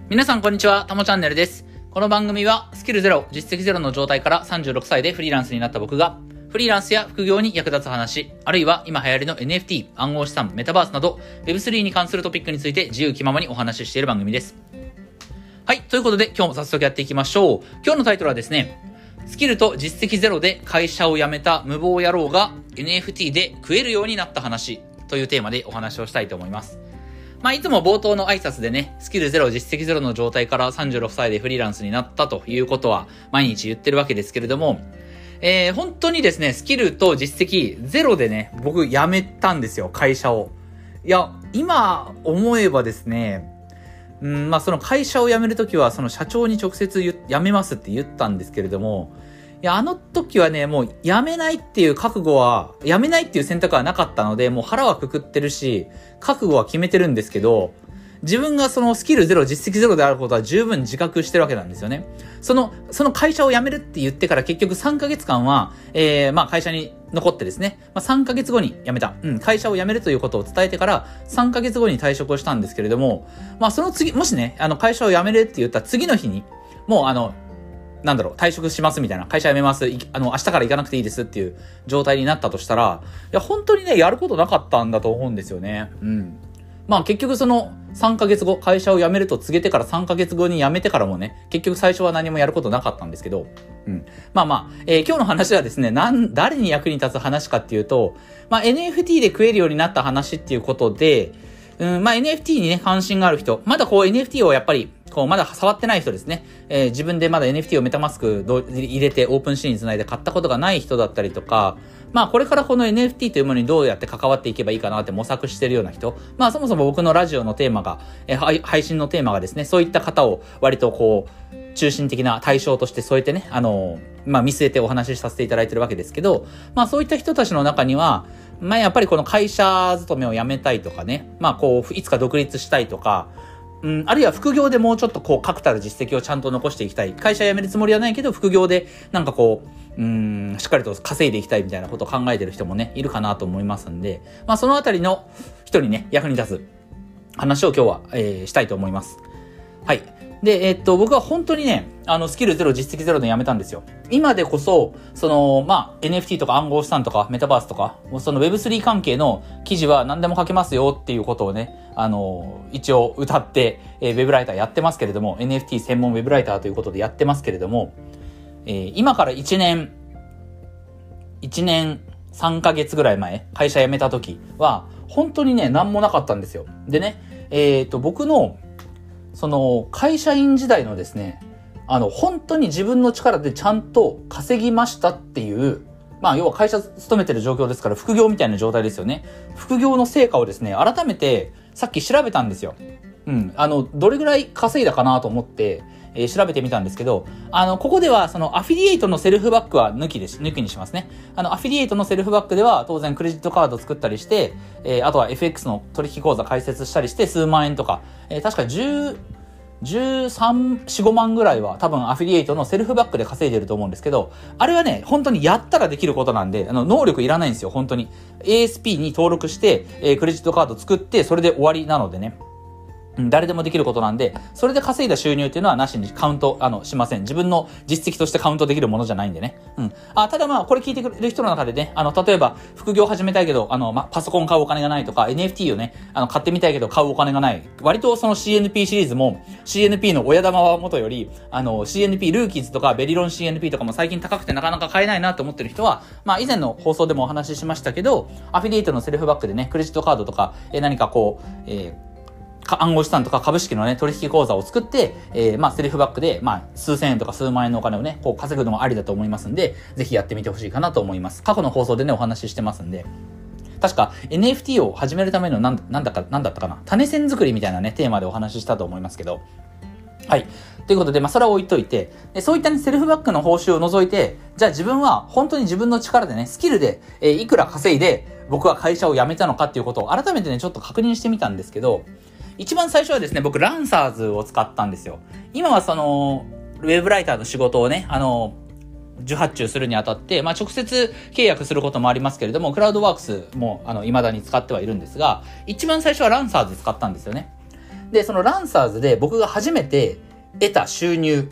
皆さんこんにちは、たもチャンネルです。この番組はスキルゼロ、実績ゼロの状態から36歳でフリーランスになった僕が、フリーランスや副業に役立つ話、あるいは今流行りの NFT、暗号資産、メタバースなど Web3 に関するトピックについて自由気ままにお話ししている番組です。はい、ということで今日も早速やっていきましょう。今日のタイトルはですね、スキルと実績ゼロで会社を辞めた無謀野郎が NFT で食えるようになった話というテーマでお話をしたいと思います。いつも冒頭の挨拶でね、スキルゼロ、実績ゼロの状態から36歳でフリーランスになったということは毎日言ってるわけですけれども、本当にですね、スキルと実績ゼロでね、僕辞めたんですよ、会社を。いや、今思えばですね、その会社を辞めるときは、その社長に直接辞めますって言ったんですけれども、いや、あの時はね、もう辞めないっていう覚悟は、辞めないっていう選択はなかったので、もう腹はくくってるし、覚悟は決めてるんですけど、自分がそのスキルゼロ、実績ゼロであることは十分自覚してるわけなんですよね。その会社を辞めるって言ってから結局3ヶ月間は、会社に残ってですね、3ヶ月後に辞めた。会社を辞めるということを伝えてから3ヶ月後に退職をしたんですけれども、その次、もしね、会社を辞めるって言った次の日に、もう退職しますみたいな、会社辞めます、明日から行かなくていいですっていう状態になったとしたら、いや、本当にね、やることなかったんだと思うんですよね。結局その3ヶ月後、会社を辞めると告げてから3ヶ月後に辞めてからもね、結局最初は何もやることなかったんですけど、今日の話はですね、誰に役に立つ話かっていうと、NFT で食えるようになった話っていうことで、NFT にね、関心がある人、まだNFT をやっぱり、まだ触ってない人ですね。自分でまだ NFT をメタマスク入れてオープンシーンにつないで買ったことがない人だったりとか、これからこの NFT というものにどうやって関わっていけばいいかなって模索してるような人。そもそも僕のラジオのテーマが、配信のテーマがですね、そういった方を割と中心的な対象として添えてね、見据えてお話しさせていただいてるわけですけど、そういった人たちの中には、やっぱりこの会社勤めを辞めたいとかね、いつか独立したいとか、あるいは副業でもうちょっと確たる実績をちゃんと残していきたい。会社辞めるつもりはないけど、副業でしっかりと稼いでいきたいみたいなことを考えてる人もね、いるかなと思いますんで、そのあたりの人にね、役に立つ話を今日は、したいと思います。はい。で、僕は本当にね、スキルゼロ、実績ゼロでやめたんですよ。今でこそ、NFT とか暗号資産とかメタバースとか、その Web3 関係の記事は何でも書けますよっていうことをね、一応歌って、ウェブライターやってますけれども、NFT 専門ウェブライターということでやってますけれども、今から1年3ヶ月ぐらい前、会社辞めた時は、本当にね、何もなかったんですよ。でね、僕の、会社員時代のですね、本当に自分の力でちゃんと稼ぎましたっていう、要は会社勤めてる状況ですから、副業みたいな状態ですよね。副業の成果をですね、改めて、さっき調べたんですよ。どれぐらい稼いだかなと思って、調べてみたんですけど、ここでは、アフィリエイトのセルフバックは抜きにしますね。アフィリエイトのセルフバックでは、当然クレジットカード作ったりして、あとは FX の取引口座開設したりして、数万円とか、確か13、4、5万ぐらいは多分アフィリエイトのセルフバックで稼いでると思うんですけど、あれはね、本当にやったらできることなんで、能力いらないんですよ、本当に。ASP に登録して、クレジットカード作って、それで終わりなのでね。誰でもできることなんで、それで稼いだ収入っていうのはなしにカウント、しません。自分の実績としてカウントできるものじゃないんでね。ただこれ聞いてくれる人の中でね、例えば、副業始めたいけど、パソコン買うお金がないとか、NFT をね、買ってみたいけど買うお金がない。割とその CNP シリーズも、CNP の親玉は元より、CNP ルーキーズとか、ベリロン CNP とかも最近高くてなかなか買えないなと思ってる人は、以前の放送でもお話ししましたけど、アフィリエイトのセルフバックでね、クレジットカードとか、何か暗号資産とか株式のね、取引口座を作って、セルフバックで、数千円とか数万円のお金をね、稼ぐのもありだと思いますんで、ぜひやってみてほしいかなと思います。過去の放送でね、お話ししてますんで。確か NFT を始めるためのなんだったかな。種銭作りみたいなね、テーマでお話ししたと思いますけど。はい。ということで、それは置いといて、そういったね、セルフバックの報酬を除いて、じゃあ自分は本当に自分の力でね、スキルで、いくら稼いで、僕は会社を辞めたのかっていうことを改めてね、ちょっと確認してみたんですけど、一番最初はですね、僕、ランサーズを使ったんですよ。今はウェブライターの仕事をね、受発注するにあたって、直接契約することもありますけれども、クラウドワークスも、未だに使ってはいるんですが、一番最初はランサーズ使ったんですよね。 で、そのランサーズで僕が初めて得た収入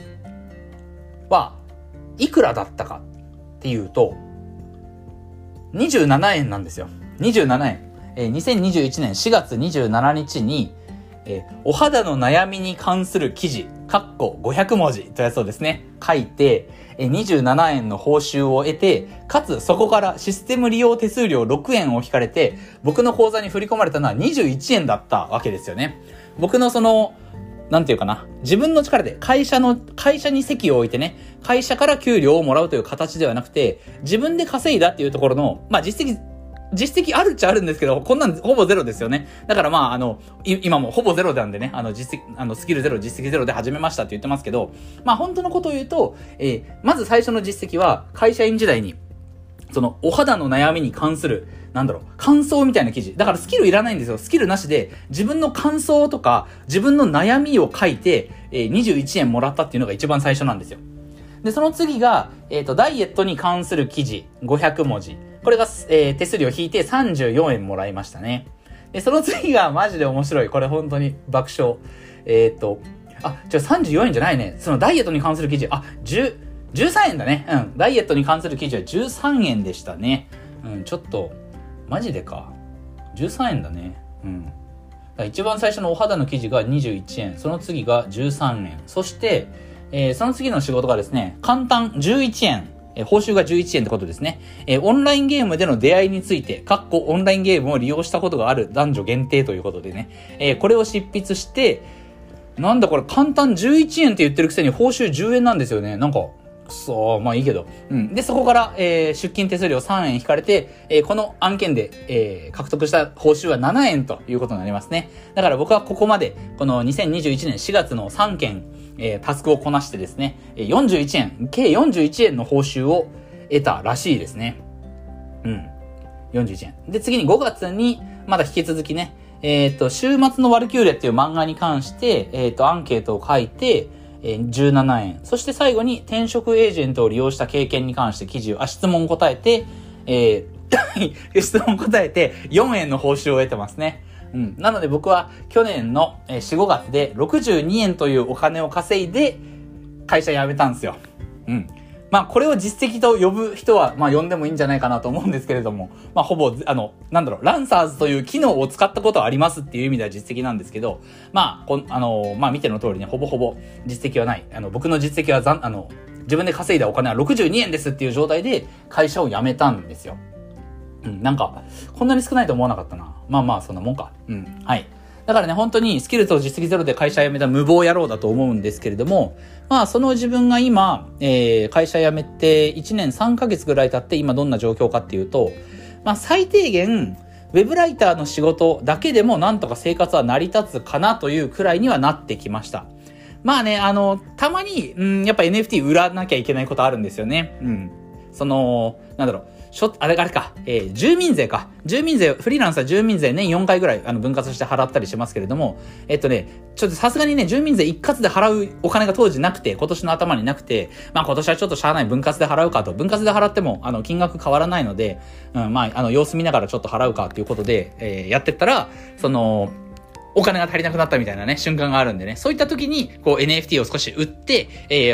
はいくらだったかっていうと、27円なんですよ。27円。2021年4月27日に、お肌の悩みに関する記事、500文字とやつをですね、書いて、27円の報酬を得て、かつそこからシステム利用手数料6円を引かれて、僕の口座に振り込まれたのは21円だったわけですよね。僕のなんていうかな、自分の力で会社に席を置いてね、会社から給料をもらうという形ではなくて、自分で稼いだっていうところの、実績あるっちゃあるんですけど、こんなんほぼゼロですよね。だから今もほぼゼロなんでね、スキルゼロ、実績ゼロで始めましたって言ってますけど、本当のことを言うと、まず最初の実績は会社員時代に、お肌の悩みに関する、感想みたいな記事。だからスキルいらないんですよ。スキルなしで、自分の感想とか、自分の悩みを書いて、21円もらったっていうのが一番最初なんですよ。で、その次が、ダイエットに関する記事、500文字。これが、手数料引いて34円もらいましたね。で、その次がマジで面白い。これ本当に爆笑。34円じゃないね。そのダイエットに関する記事、13円だね。うん。ダイエットに関する記事は13円でしたね。うん、ちょっと、マジでか。13円だね。うん。一番最初のお肌の記事が21円。その次が13円。そして、その次の仕事がですね、簡単11円。報酬が11円ってことですね。オンラインゲームでの出会いについて、オンラインゲームを利用したことがある男女限定ということでね、これを執筆して、なんだこれ簡単11円って言ってるくせに報酬10円なんですよね。いいけど。うん。で、そこから、出勤手数料3円引かれて、この案件で、獲得した報酬は7円ということになりますね。だから僕はここまで、この2021年4月の3件、タスクをこなしてですね、41円、計41円の報酬を得たらしいですね。うん。41円。で、次に5月に、まだ引き続きね、週末のワルキューレっていう漫画に関して、アンケートを書いて、17円。そして最後に転職エージェントを利用した経験に関して質問答えて、質問答えて4円の報酬を得てますね。うん。なので僕は去年の4、5月で62円というお金を稼いで会社辞めたんですよ。うん。これを実績と呼ぶ人は、呼んでもいいんじゃないかなと思うんですけれども、ほぼ、ランサーズという機能を使ったことはありますっていう意味では実績なんですけど、見ての通りね、ほぼほぼ実績はない。僕の実績は自分で稼いだお金は62円ですっていう状態で会社を辞めたんですよ。うん、こんなに少ないと思わなかったな。そんなもんか。うん、はい。だからね、本当にスキルと実績ゼロで会社辞めた無謀野郎だと思うんですけれども、その自分が今、会社辞めて1年3ヶ月ぐらい経って今どんな状況かっていうと、最低限、ウェブライターの仕事だけでもなんとか生活は成り立つかなというくらいにはなってきました。たまに、やっぱ NFT 売らなきゃいけないことあるんですよね。うん。住民税か。フリーランスは住民税年4回ぐらい分割して払ったりしますけれども、ちょっとさすがにね、住民税一括で払うお金が当時なくて、今年の頭になくて、今年はちょっとしゃあない分割で払うかと。分割で払っても、金額変わらないので、様子見ながらちょっと払うかということで、やってったら、お金が足りなくなったみたいなね、瞬間があるんでね。そういった時に、NFT を少し売って、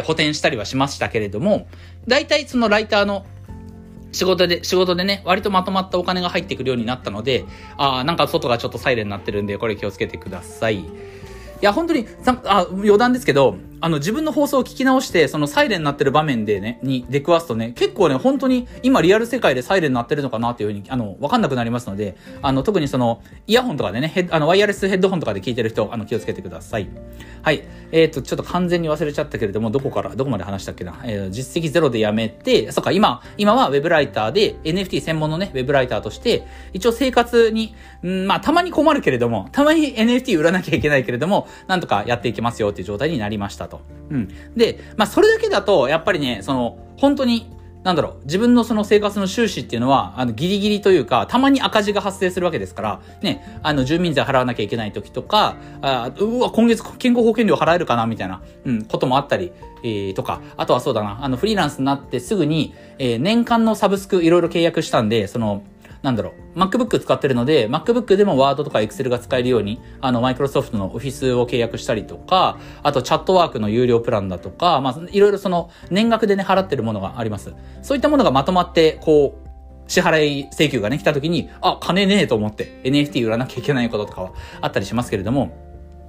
補填したりはしましたけれども、大体そのライターの仕事でね、割とまとまったお金が入ってくるようになったので、外がちょっとサイレンになってるんで、これ気をつけてください。いや、本当に、余談ですけど、自分の放送を聞き直して、そのサイレンになってる場面でね、に出くわすとね、結構ね、本当に今リアル世界でサイレンになってるのかなっていうふうに、わかんなくなりますので、特にイヤホンとかでね、ワイヤレスヘッドホンとかで聞いてる人、気をつけてください。はい。ちょっと完全に忘れちゃったけれども、どこまで話したっけな。実績ゼロでやめて、今はウェブライターで、NFT 専門のね、ウェブライターとして、一応生活に、たまに困るけれども、たまに NFT 売らなきゃいけないけれども、なんとかやっていけますよっていう状態になりましたと。うん。で、それだけだと、やっぱりね、本当に、自分のその生活の収支っていうのは、ギリギリというか、たまに赤字が発生するわけですから、ね、住民税払わなきゃいけない時とか、今月健康保険料払えるかなみたいな、こともあったり、とか、あとはそうだな、フリーランスになってすぐに、年間のサブスクいろいろ契約したんで、 MacBook 使ってるので、MacBook でも Word とか Excel が使えるように、Microsoft の Office を契約したりとか、あとチャットワークの有料プランだとか、いろいろ年額でね、払ってるものがあります。そういったものがまとまって、支払い請求がね、来た時に、金ねえと思って NFT 売らなきゃいけないこととかはあったりしますけれども、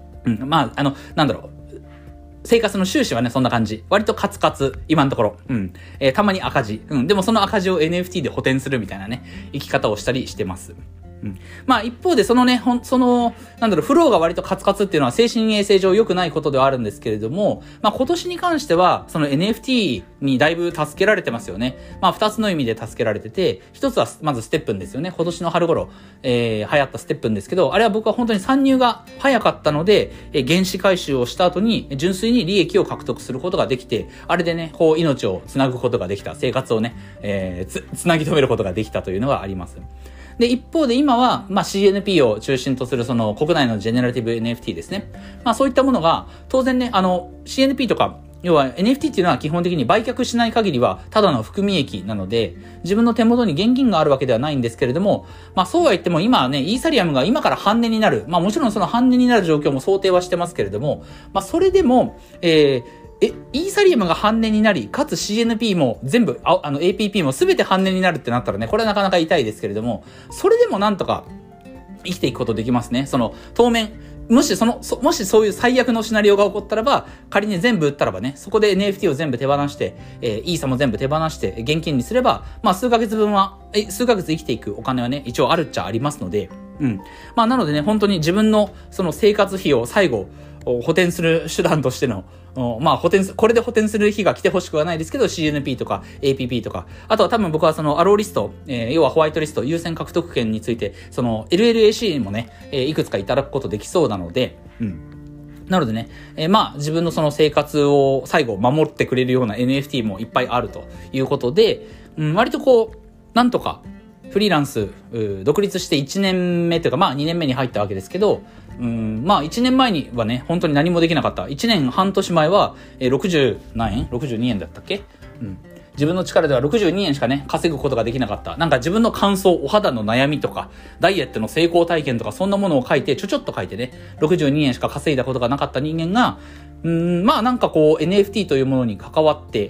生活の収支はね、そんな感じ。割とカツカツ、今のところ。たまに赤字。でもその赤字を NFT で補填するみたいなね、生き方をしたりしてます。一方でフローが割とカツカツっていうのは精神衛生上良くないことではあるんですけれども、今年に関しては、その NFT にだいぶ助けられてますよね。二つの意味で助けられてて、一つはまずステップンですよね。今年の春頃、流行ったステップンですけど、あれは僕は本当に参入が早かったので、原資回収をした後に、純粋に利益を獲得することができて、あれでね、命をつなぐことができた、生活をね、つなぎ止めることができたというのがあります。で、一方で今は、CNP を中心とする国内のジェネラティブ NFT ですね。そういったものが、当然ね、CNP とか、要は NFT っていうのは基本的に売却しない限りは、ただの含み益なので、自分の手元に現金があるわけではないんですけれども、そうは言っても今はね、イーサリアムが今から半値になる。もちろんその半値になる状況も想定はしてますけれども、それでも、イーサリアムが半値になり、かつ CNP も全部、APP も全て半値になるってなったらね、これはなかなか痛いですけれども、それでもなんとか生きていくことできますね。当面、もしそういう最悪のシナリオが起こったらば、仮に全部売ったらばね、そこで NFT を全部手放して、イーサも全部手放して、現金にすれば、数ヶ月生きていくお金はね、一応あるっちゃありますので、なのでね、本当に自分の生活費を最後、補填する手段としての、これで補填する日が来てほしくはないですけど、CNP とか APP とか、あとは多分僕はアローリスト、要はホワイトリスト、優先獲得権について、LLAC もね、いくつかいただくことできそうなので、なのでね、自分の生活を最後守ってくれるような NFT もいっぱいあるということで、割となんとか、フリーランス、独立して1年目というか、2年目に入ったわけですけど、1年前にはね、本当に何もできなかった。1年半年前は、60何円 ?62 円だったっけ？自分の力では62円しかね、稼ぐことができなかった。なんか自分の感想、お肌の悩みとか、ダイエットの成功体験とか、そんなものを書いて、ちょっと書いてね、62円しか稼いだことがなかった人間が、NFT というものに関わって、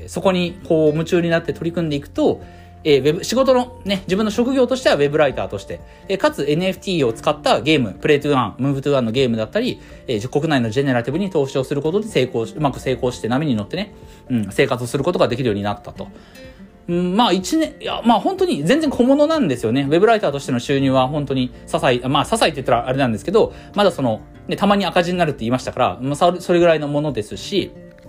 そこに夢中になって取り組んでいくと、仕事のね、自分の職業としてはウェブライターとして、かつ NFT を使ったゲーム、プレイトゥーワン、ムーブトゥーワンのゲームだったり、国内のジェネラティブに投資をすることでうまく成功して波に乗ってね、生活をすることができるようになったと。本当に全然小物なんですよね。ウェブライターとしての収入は本当に些細って言ったらあれなんですけど、まだたまに赤字になるって言いましたから、それぐらいのものですし、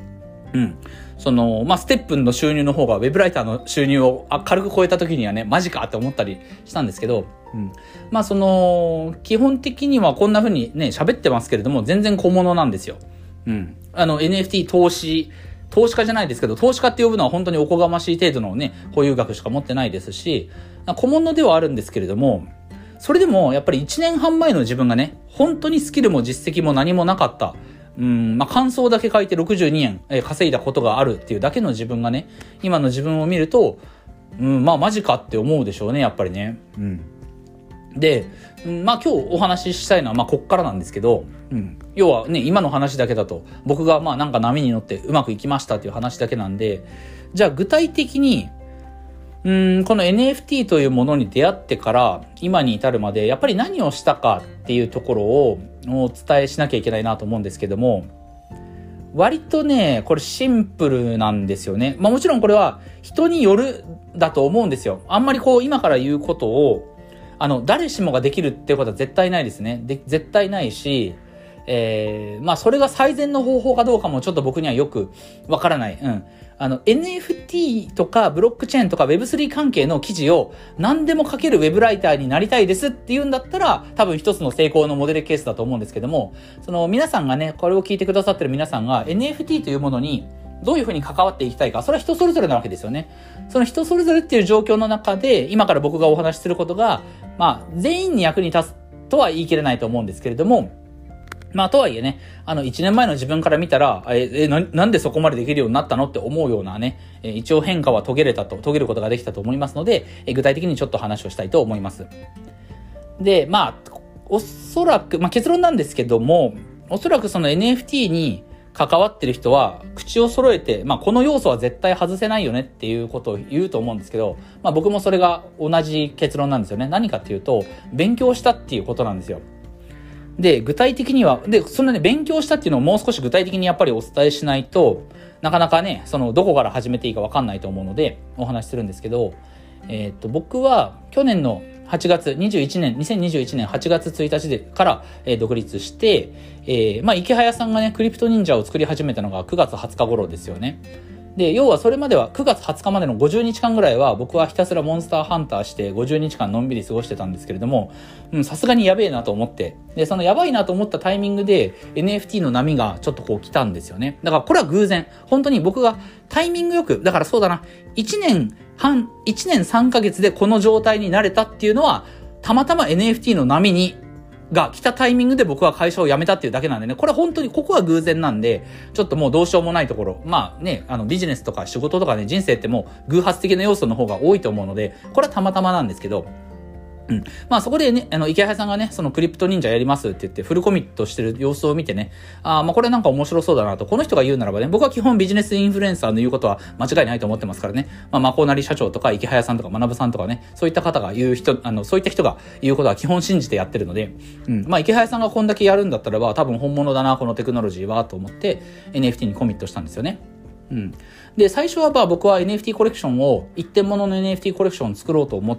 ステップンの収入の方がウェブライターの収入を軽く超えた時にはね、マジかって思ったりしたんですけど、基本的にはこんな風にね、喋ってますけれども、全然小物なんですよ。NFT 投資家じゃないですけど、投資家って呼ぶのは本当におこがましい程度のね、保有額しか持ってないですし、小物ではあるんですけれども、それでもやっぱり1年半前の自分がね、本当にスキルも実績も何もなかった。感想だけ書いて62円、稼いだことがあるっていうだけの自分がね、今の自分を見ると、マジかって思うでしょうね、やっぱりね。で、今日お話ししたいのは、こっからなんですけど、要はね、今の話だけだと、僕がなんか波に乗ってうまくいきましたっていう話だけなんで、じゃあ具体的に、この NFT というものに出会ってから今に至るまでやっぱり何をしたかっていうところをお伝えしなきゃいけないなと思うんですけども、割とね、これシンプルなんですよね。もちろんこれは人によるだと思うんですよ。あんまり今から言うことを誰しもができるってことは絶対ないですね。絶対ないし、それが最善の方法かどうかもちょっと僕にはよくわからない。NFT とかブロックチェーンとか Web3 関係の記事を何でも書けるウェブライターになりたいですっていうんだったら、多分一つの成功のモデルケースだと思うんですけども、皆さんがね、これを聞いてくださってる皆さんが NFT というものにどういうふうに関わっていきたいか、それは人それぞれなわけですよね。その人それぞれっていう状況の中で、今から僕がお話しすることが、全員に役に立つとは言い切れないと思うんですけれども、 まあ、とはいえね、1年前の自分から見たら、なんでそこまでできるようになったのって思うようなね、一応変化は遂げることができたと思いますので、具体的にちょっと話をしたいと思います。で、まあ、おそらく、まあ結論なんですけども、おそらくその NFT に関わってる人は、口を揃えて、まあこの要素は絶対外せないよねっていうことを言うと思うんですけど、まあ僕もそれが同じ結論なんですよね。何かっていうと、勉強したっていうことなんですよ。で、具体的には、そのね、勉強したっていうのをもう少し具体的にやっぱりお伝えしないと、なかなかね、どこから始めていいかわかんないと思うので、お話しするんですけど、僕は去年の2021年8月1日から、独立して、まあ、池早さんがね、クリプト忍者を作り始めたのが9月20日頃ですよね。で、要はそれまでは9月20日までの50日間ぐらいは僕はひたすらモンスターハンターして50日間のんびり過ごしてたんですけれども、さすがにやべえなと思って、で、そのやばいなと思ったタイミングで NFT の波がちょっとこう来たんですよね。だからこれは偶然。本当に僕がタイミングよく、だからそうだな、1年3ヶ月でこの状態になれたっていうのは、たまたま NFT の波が来たタイミングで僕は会社を辞めたっていうだけなんでね、これは本当にここは偶然なんで、ちょっともうどうしようもないところ、まあね、ビジネスとか仕事とかね、人生ってもう偶発的な要素の方が多いと思うので、これはたまたまなんですけど、まあそこでね、池原さんがね、そのクリプト忍者やりますって言ってフルコミットしてる様子を見てね、まあこれなんか面白そうだなと、この人が言うならばね、僕は基本ビジネスインフルエンサーの言うことは間違いないと思ってますからね、まあマコナリ社長とか池原さんとか学さんとかね、そういった方が言う人、そういった人が言うことは基本信じてやってるので、まあ池原さんがこんだけやるんだったらば、多分本物だな、このテクノロジーは、と思って NFT にコミットしたんですよね。で、最初は僕は NFT コレクションを、一点物の NFT コレクションを作ろうと思って、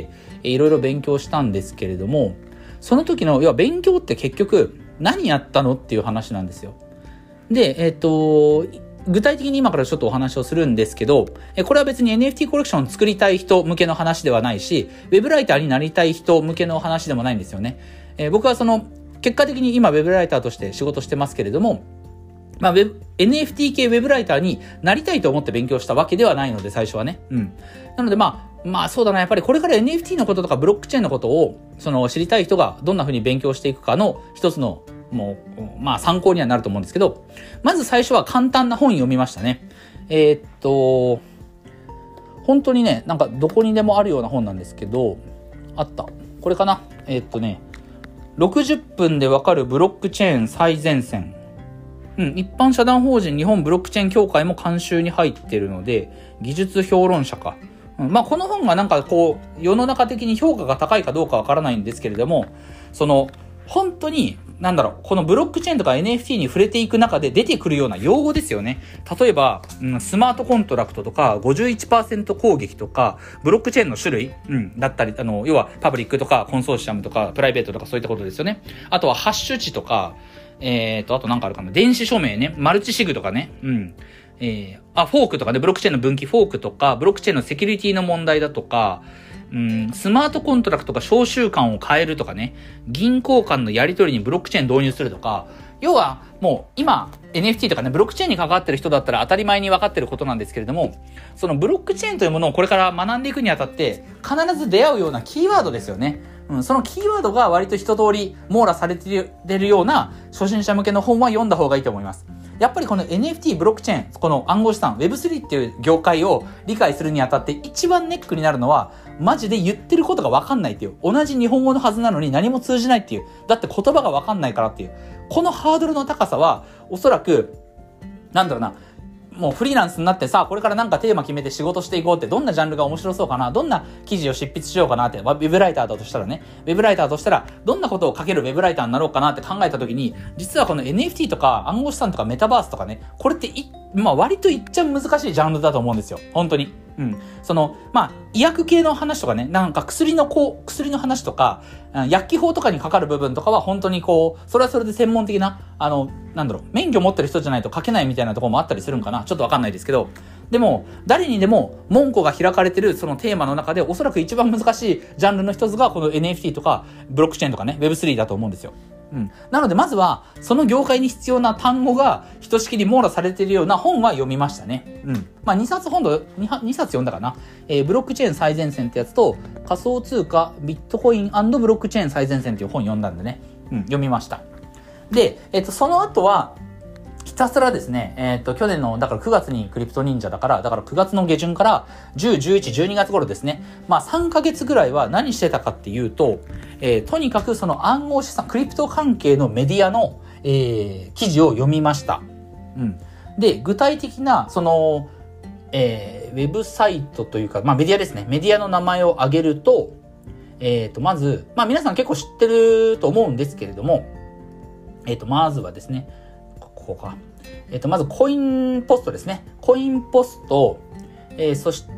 いろいろ勉強したんですけれども、その時の、要は勉強って結局、何やったのっていう話なんですよ。で、具体的に今からちょっとお話をするんですけど、これは別に NFT コレクションを作りたい人向けの話ではないし、ウェブライターになりたい人向けの話でもないんですよね。僕は結果的に今ウェブライターとして仕事してますけれども、まあ、NFT 系ウェブライターになりたいと思って勉強したわけではないので、最初はね。なのでまあそうだな、やっぱりこれから NFT のこととかブロックチェーンのことを、知りたい人がどんな風に勉強していくかの一つの、まあ参考にはなると思うんですけど、まず最初は簡単な本読みましたね。本当にね、なんかどこにでもあるような本なんですけど、あった。これかな。60分でわかるブロックチェーン最前線。一般社団法人日本ブロックチェーン協会も監修に入っているので、技術評論者か。まあこの本がなんかこう、世の中的に評価が高いかどうかわからないんですけれども、本当に、このブロックチェーンとか NFT に触れていく中で出てくるような用語ですよね。例えば、スマートコントラクトとか、51% 攻撃とか、ブロックチェーンの種類、だったり、要はパブリックとか、コンソーシアムとか、プライベートとかそういったことですよね。あとはハッシュ値とか、あとなんかあるかな。電子署名ね。マルチシグとかね。フォークとかね。ブロックチェーンの分岐フォークとか、ブロックチェーンのセキュリティの問題だとか、スマートコントラクトが召集感を変えるとかね。銀行間のやり取りにブロックチェーン導入するとか、要はもう今 NFT とかね、ブロックチェーンに関わってる人だったら当たり前に分かってることなんですけれども、そのブロックチェーンというものをこれから学んでいくにあたって必ず出会うようなキーワードですよね。そのキーワードが割と一通り網羅されてるような初心者向けの本は読んだ方がいいと思います。やっぱりこの NFT ブロックチェーン、この暗号資産 Web3 っていう業界を理解するにあたって一番ネックになるのは、マジで言ってることが分かんないっていう。同じ日本語のはずなのに何も通じないっていう。だって言葉が分かんないからっていう。このハードルの高さは、おそらく、もうフリーランスになってさ、これからなんかテーマ決めて仕事していこうって、どんなジャンルが面白そうかな、どんな記事を執筆しようかなって、ウェブライターだとしたらね、ウェブライターとしたら、どんなことを書けるウェブライターになろうかなって考えたときに、実はこの NFT とか暗号資産とかメタバースとかね、これって割といっちゃ難しいジャンルだと思うんですよ。本当に。医薬系の話とかね、なんか薬の話とか、薬機法とかにかかる部分とかは本当にそれはそれで専門的な、免許持ってる人じゃないと書けないみたいなところもあったりするんかな。ちょっとわかんないですけど。でも、誰にでも門戸が開かれてるそのテーマの中でおそらく一番難しいジャンルの一つがこの NFT とかブロックチェーンとかね、Web3 だと思うんですよ。なのでまずはその業界に必要な単語がひとしきり網羅されているような本は読みましたね。2冊読んだかな。ブロックチェーン最前線ってやつと仮想通貨ビットコイン&ブロックチェーン最前線っていう本読んだんでね、読みました。 で、その後は、ひたすらですね、去年の、だから9月にクリプト忍者だから9月の下旬から10、11、12月頃ですね。まあ3ヶ月ぐらいは何してたかっていうと、とにかくその暗号資産、クリプト関係のメディアの、記事を読みました。うん。で、具体的な、その、ウェブサイトというか、まあメディアですね。メディアの名前を挙げると、まず、まあ皆さん結構知ってると思うんですけれども、まずはですね、ここか。まずコインポストですね。コインポスト、そして、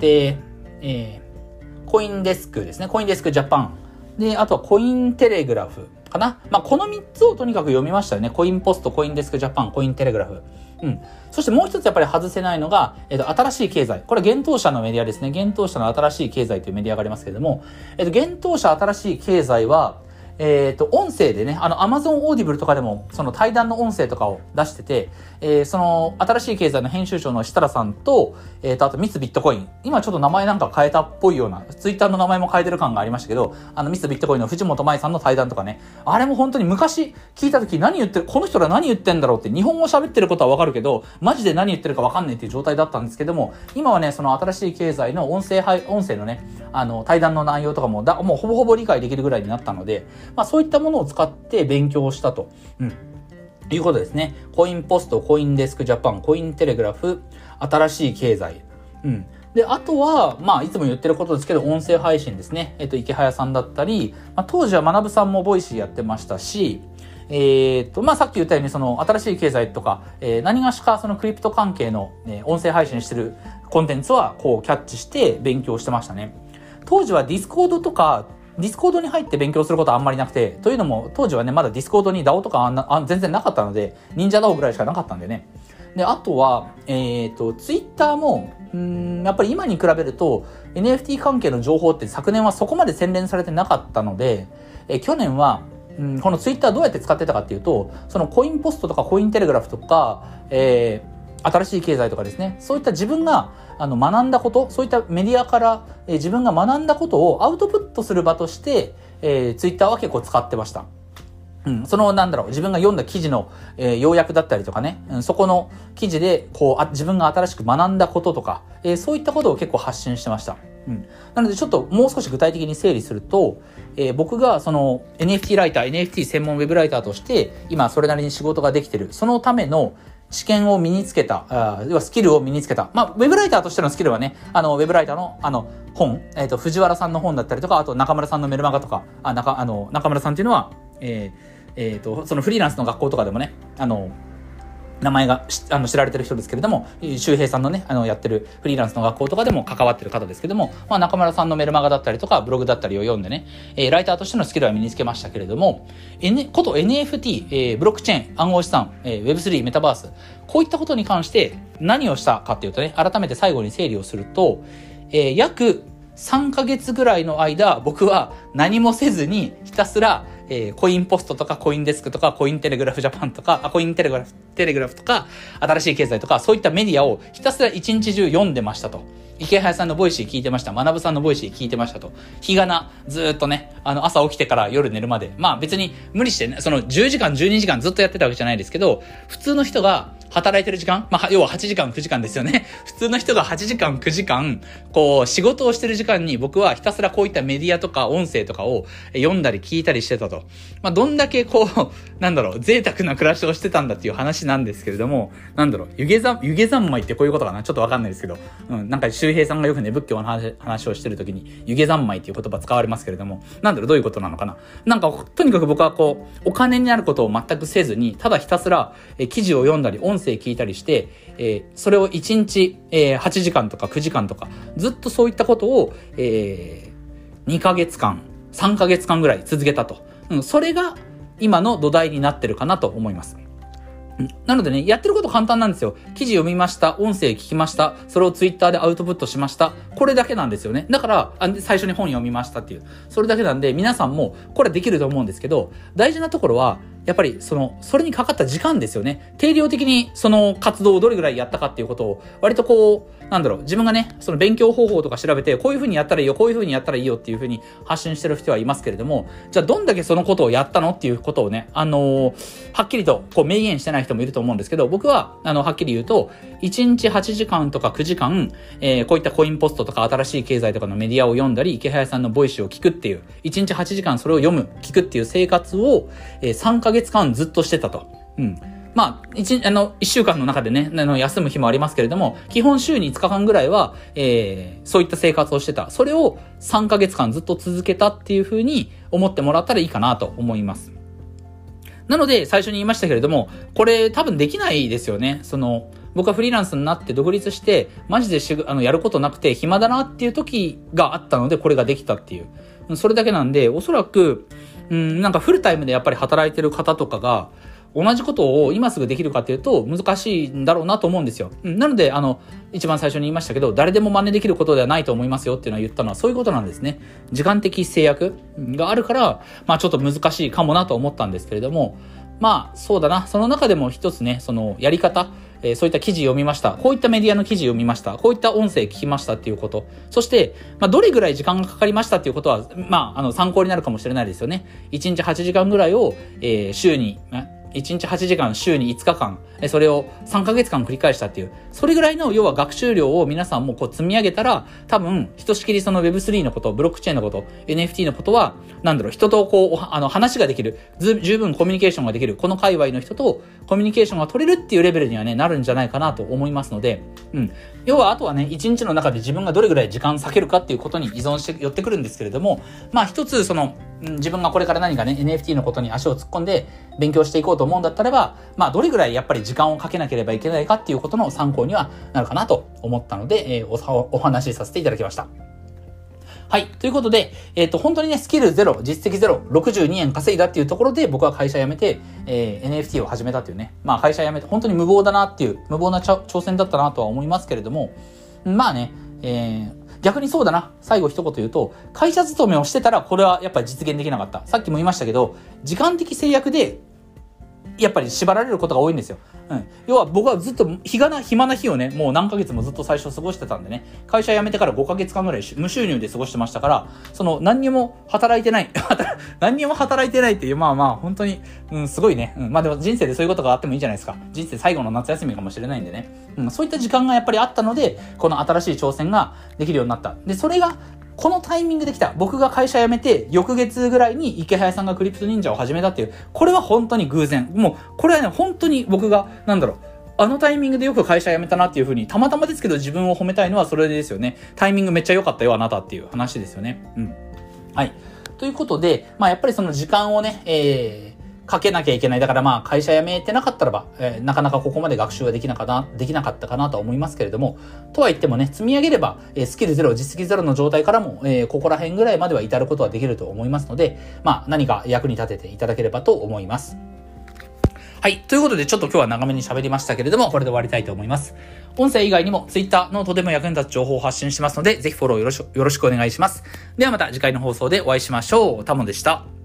コインデスクですね。コインデスクジャパン。で、あとはコインテレグラフかな。まあ、この3つをとにかく読みましたよね。コインポスト、コインデスクジャパン、コインテレグラフ。うん。そしてもう一つやっぱり外せないのが、新しい経済。これ、幻冬舎のメディアですね。幻冬舎の新しい経済というメディアがありますけれども、幻冬舎新しい経済は、音声でね、Amazon Audible とかでも、その対談の音声とかを出してて、その、新しい経済の編集長の設楽さんと、あと、ミスビットコイン。今ちょっと名前なんか変えたっぽいような、ツイッターの名前も変えてる感がありましたけど、ミスビットコインの藤本舞さんの対談とかね、あれも本当に昔聞いた時何言ってる、この人ら何言ってんだろうって、日本語喋ってることはわかるけど、マジで何言ってるかわかんないっていう状態だったんですけども、今はね、その新しい経済の音声のね、対談の内容とかももうほぼほぼ理解できるぐらいになったので、まあそういったものを使って勉強したと。いうことですね。コインポスト、コインデスクジャパン、コインテレグラフ、新しい経済。で、あとは、まあ、いつも言ってることですけど、音声配信ですね。池早さんだったり、まあ、当時は学さんもボイシーやってましたし、まあ、さっき言ったように、その、新しい経済とか、何がしか、そのクリプト関係の、音声配信してるコンテンツは、こう、キャッチして勉強してましたね。当時はディスコードとか、ディスコードに入って勉強することはあんまりなくて、というのも当時はね、まだディスコードに DAO とか全然なかったので、忍者 DAO ぐらいしかなかったんでね。で、あとは、ツイッターも、やっぱり今に比べると NFT 関係の情報って昨年はそこまで洗練されてなかったので、去年は、このツイッターどうやって使ってたかっていうと、そのコインポストとかコインテレグラフとか、新しい経済とかですね、そういった自分が学んだこと、そういったメディアから、自分が学んだことをアウトプットする場として、ツイッターは結構使ってました。その自分が読んだ記事の、要約だったりとかね、そこの記事で自分が新しく学んだこととか、そういったことを結構発信してました。なのでちょっともう少し具体的に整理すると、僕がその NFT ライター、NFT 専門ウェブライターとして今それなりに仕事ができてる、そのための知見を身につけた、要はスキルを身につけた。まあ、ウェブライターとしてのスキルはね、ウェブライターの、本、藤原さんの本だったりとか、あと中村さんのメルマガとか、中村さんっていうのは、そのフリーランスの学校とかでもね、名前が知られてる人ですけれども、周平さんのね、やってるフリーランスの学校とかでも関わってる方ですけども、まあ中村さんのメルマガだったりとか、ブログだったりを読んでね、ライターとしてのスキルは身につけましたけれども、こと NFT、ブロックチェーン、暗号資産、Web3、メタバース、こういったことに関して何をしたかっていうとね、改めて最後に整理をすると、約3ヶ月ぐらいの間、僕は何もせずにひたすらコインポストとかコインデスクとかコインテレグラフジャパンとかコインテレグラフとか新しい経済とかそういったメディアをひたすら一日中読んでましたと。池早さんのボイシー聞いてました。学さんのボイシー聞いてましたと。日がな、ずーっとね、朝起きてから夜寝るまで。まあ別に無理してね、その10時間、12時間ずっとやってたわけじゃないですけど、普通の人が働いてる時間、まあ要は8時間、9時間ですよね。普通の人が8時間、9時間、こう仕事をしてる時間に僕はひたすらこういったメディアとか音声とかを読んだり聞いたりしてたと。まあどんだけこう、贅沢な暮らしをしてたんだっていう話なんですけれども、湯気三昧ってこういうことかなちょっとわかんないですけど、なんか周平さんがよくね、仏教の話をしてるときに、湯気三昧っていう言葉使われますけれども、どういうことなのかな。なんか、とにかく僕はこう、お金になることを全くせずに、ただひたすら、記事を読んだり、音声聞いたりして、それを1日、8時間とか9時間とか、ずっとそういったことを、2ヶ月間、3ヶ月間ぐらい続けたと。それが今の土台になってるかなと思います。なのでね、やってること簡単なんですよ。記事読みました。音声聞きました。それをツイッターでアウトプットしました。これだけなんですよね。だから、最初に本読みましたっていう。それだけなんで、皆さんもこれできると思うんですけど、大事なところは、 やっぱりそれにかかった時間ですよね。定量的にその活動をどれぐらいやったかっていうことを、割と自分がね、その勉強方法とか調べて、こういう風にやったらいいよ、こういう風にやったらいいよっていう風に発信してる人はいますけれども、じゃあどんだけそのことをやったのっていうことをね、はっきりと明言してない人もいると思うんですけど、僕は、はっきり言うと、1日8時間とか9時間、こういったコインポストとか新しい経済とかのメディアを読んだり、池早さんのボイシーを聞くっていう、1日8時間それを聞くっていう生活を、3ヶ月間ずっとしてたと。1週間の中でね、休む日もありますけれども、基本週に5日間ぐらいは、そういった生活をしてた。それを3ヶ月間ずっと続けたっていう風に思ってもらったらいいかなと思います。なので、最初に言いましたけれども、これ多分できないですよね。僕はフリーランスになって独立して、マジでやることなくて暇だなっていう時があったので、これができたっていう。それだけなんで、おそらく、フルタイムでやっぱり働いてる方とかが、同じことを今すぐできるかっていうと難しいんだろうなと思うんですよ。なので、一番最初に言いましたけど、誰でも真似できることではないと思いますよっていうのは言ったのはそういうことなんですね。時間的制約があるから、ちょっと難しいかもなと思ったんですけれども、そうだな。その中でも一つね、やり方、そういった記事読みました。こういったメディアの記事読みました。こういった音声聞きましたっていうこと。そして、どれぐらい時間がかかりましたっていうことは、参考になるかもしれないですよね。1日8時間ぐらいを、週に、1日8時間、週に5日間、それを3ヶ月間繰り返したっていう、それぐらいの要は学習量を皆さんも積み上げたら、多分、ひとしきりその Web3 のこと、ブロックチェーンのこと、NFT のことは、人と話ができる、十分コミュニケーションができる、この界隈の人とコミュニケーションが取れるっていうレベルにはね、なるんじゃないかなと思いますので、要はあとはね、1日の中で自分がどれぐらい時間割けるかっていうことに依存して寄ってくるんですけれども、一つ自分がこれから何かね、NFT のことに足を突っ込んで勉強していこうと思うんだったらば、どれぐらいやっぱり時間をかけなければいけないかっていうことの参考にはなるかなと思ったので、お話しさせていただきました。はい。ということで、本当にね、スキルゼロ、実績ゼロ、62円稼いだっていうところで、僕は会社辞めて、NFT を始めたっていうね。会社辞めて、本当に無謀な挑戦だったなとは思いますけれども、逆にそうだな。最後一言言うと、会社勤めをしてたら、これはやっぱり実現できなかった。さっきも言いましたけど、時間的制約で、やっぱり縛られることが多いんですよ。要は僕はずっと暇な日をね、もう何ヶ月もずっと最初過ごしてたんでね、会社辞めてから5ヶ月間ぐらい無収入で過ごしてましたから、何にも働いてない。何にも働いてないっていう、本当に、すごいね。でも人生でそういうことがあってもいいじゃないですか。人生最後の夏休みかもしれないんでね。そういった時間がやっぱりあったので、この新しい挑戦ができるようになった。で、それが、このタイミングで来た。僕が会社辞めて、翌月ぐらいに池早さんがクリプト忍者を始めたっていう、これは本当に偶然。もう、これはね、本当に僕が、あのタイミングでよく会社辞めたなっていう風に、たまたまですけど自分を褒めたいのはそれですよね。タイミングめっちゃ良かったよ、あなたっていう話ですよね。はい。ということで、やっぱりその時間をね、かけなきゃいけない。だから会社辞めてなかったらば、なかなかここまで学習はできなかったかなとは思いますけれども、とは言ってもね、積み上げれば、スキルゼロ、実績ゼロの状態からも、ここら辺ぐらいまでは至ることはできると思いますので、何か役に立てていただければと思います。はい。ということで、ちょっと今日は長めに喋りましたけれども、これで終わりたいと思います。音声以外にも Twitter のとても役に立つ情報を発信してますので、ぜひフォローよろしくお願いします。ではまた次回の放送でお会いしましょう。タモでした。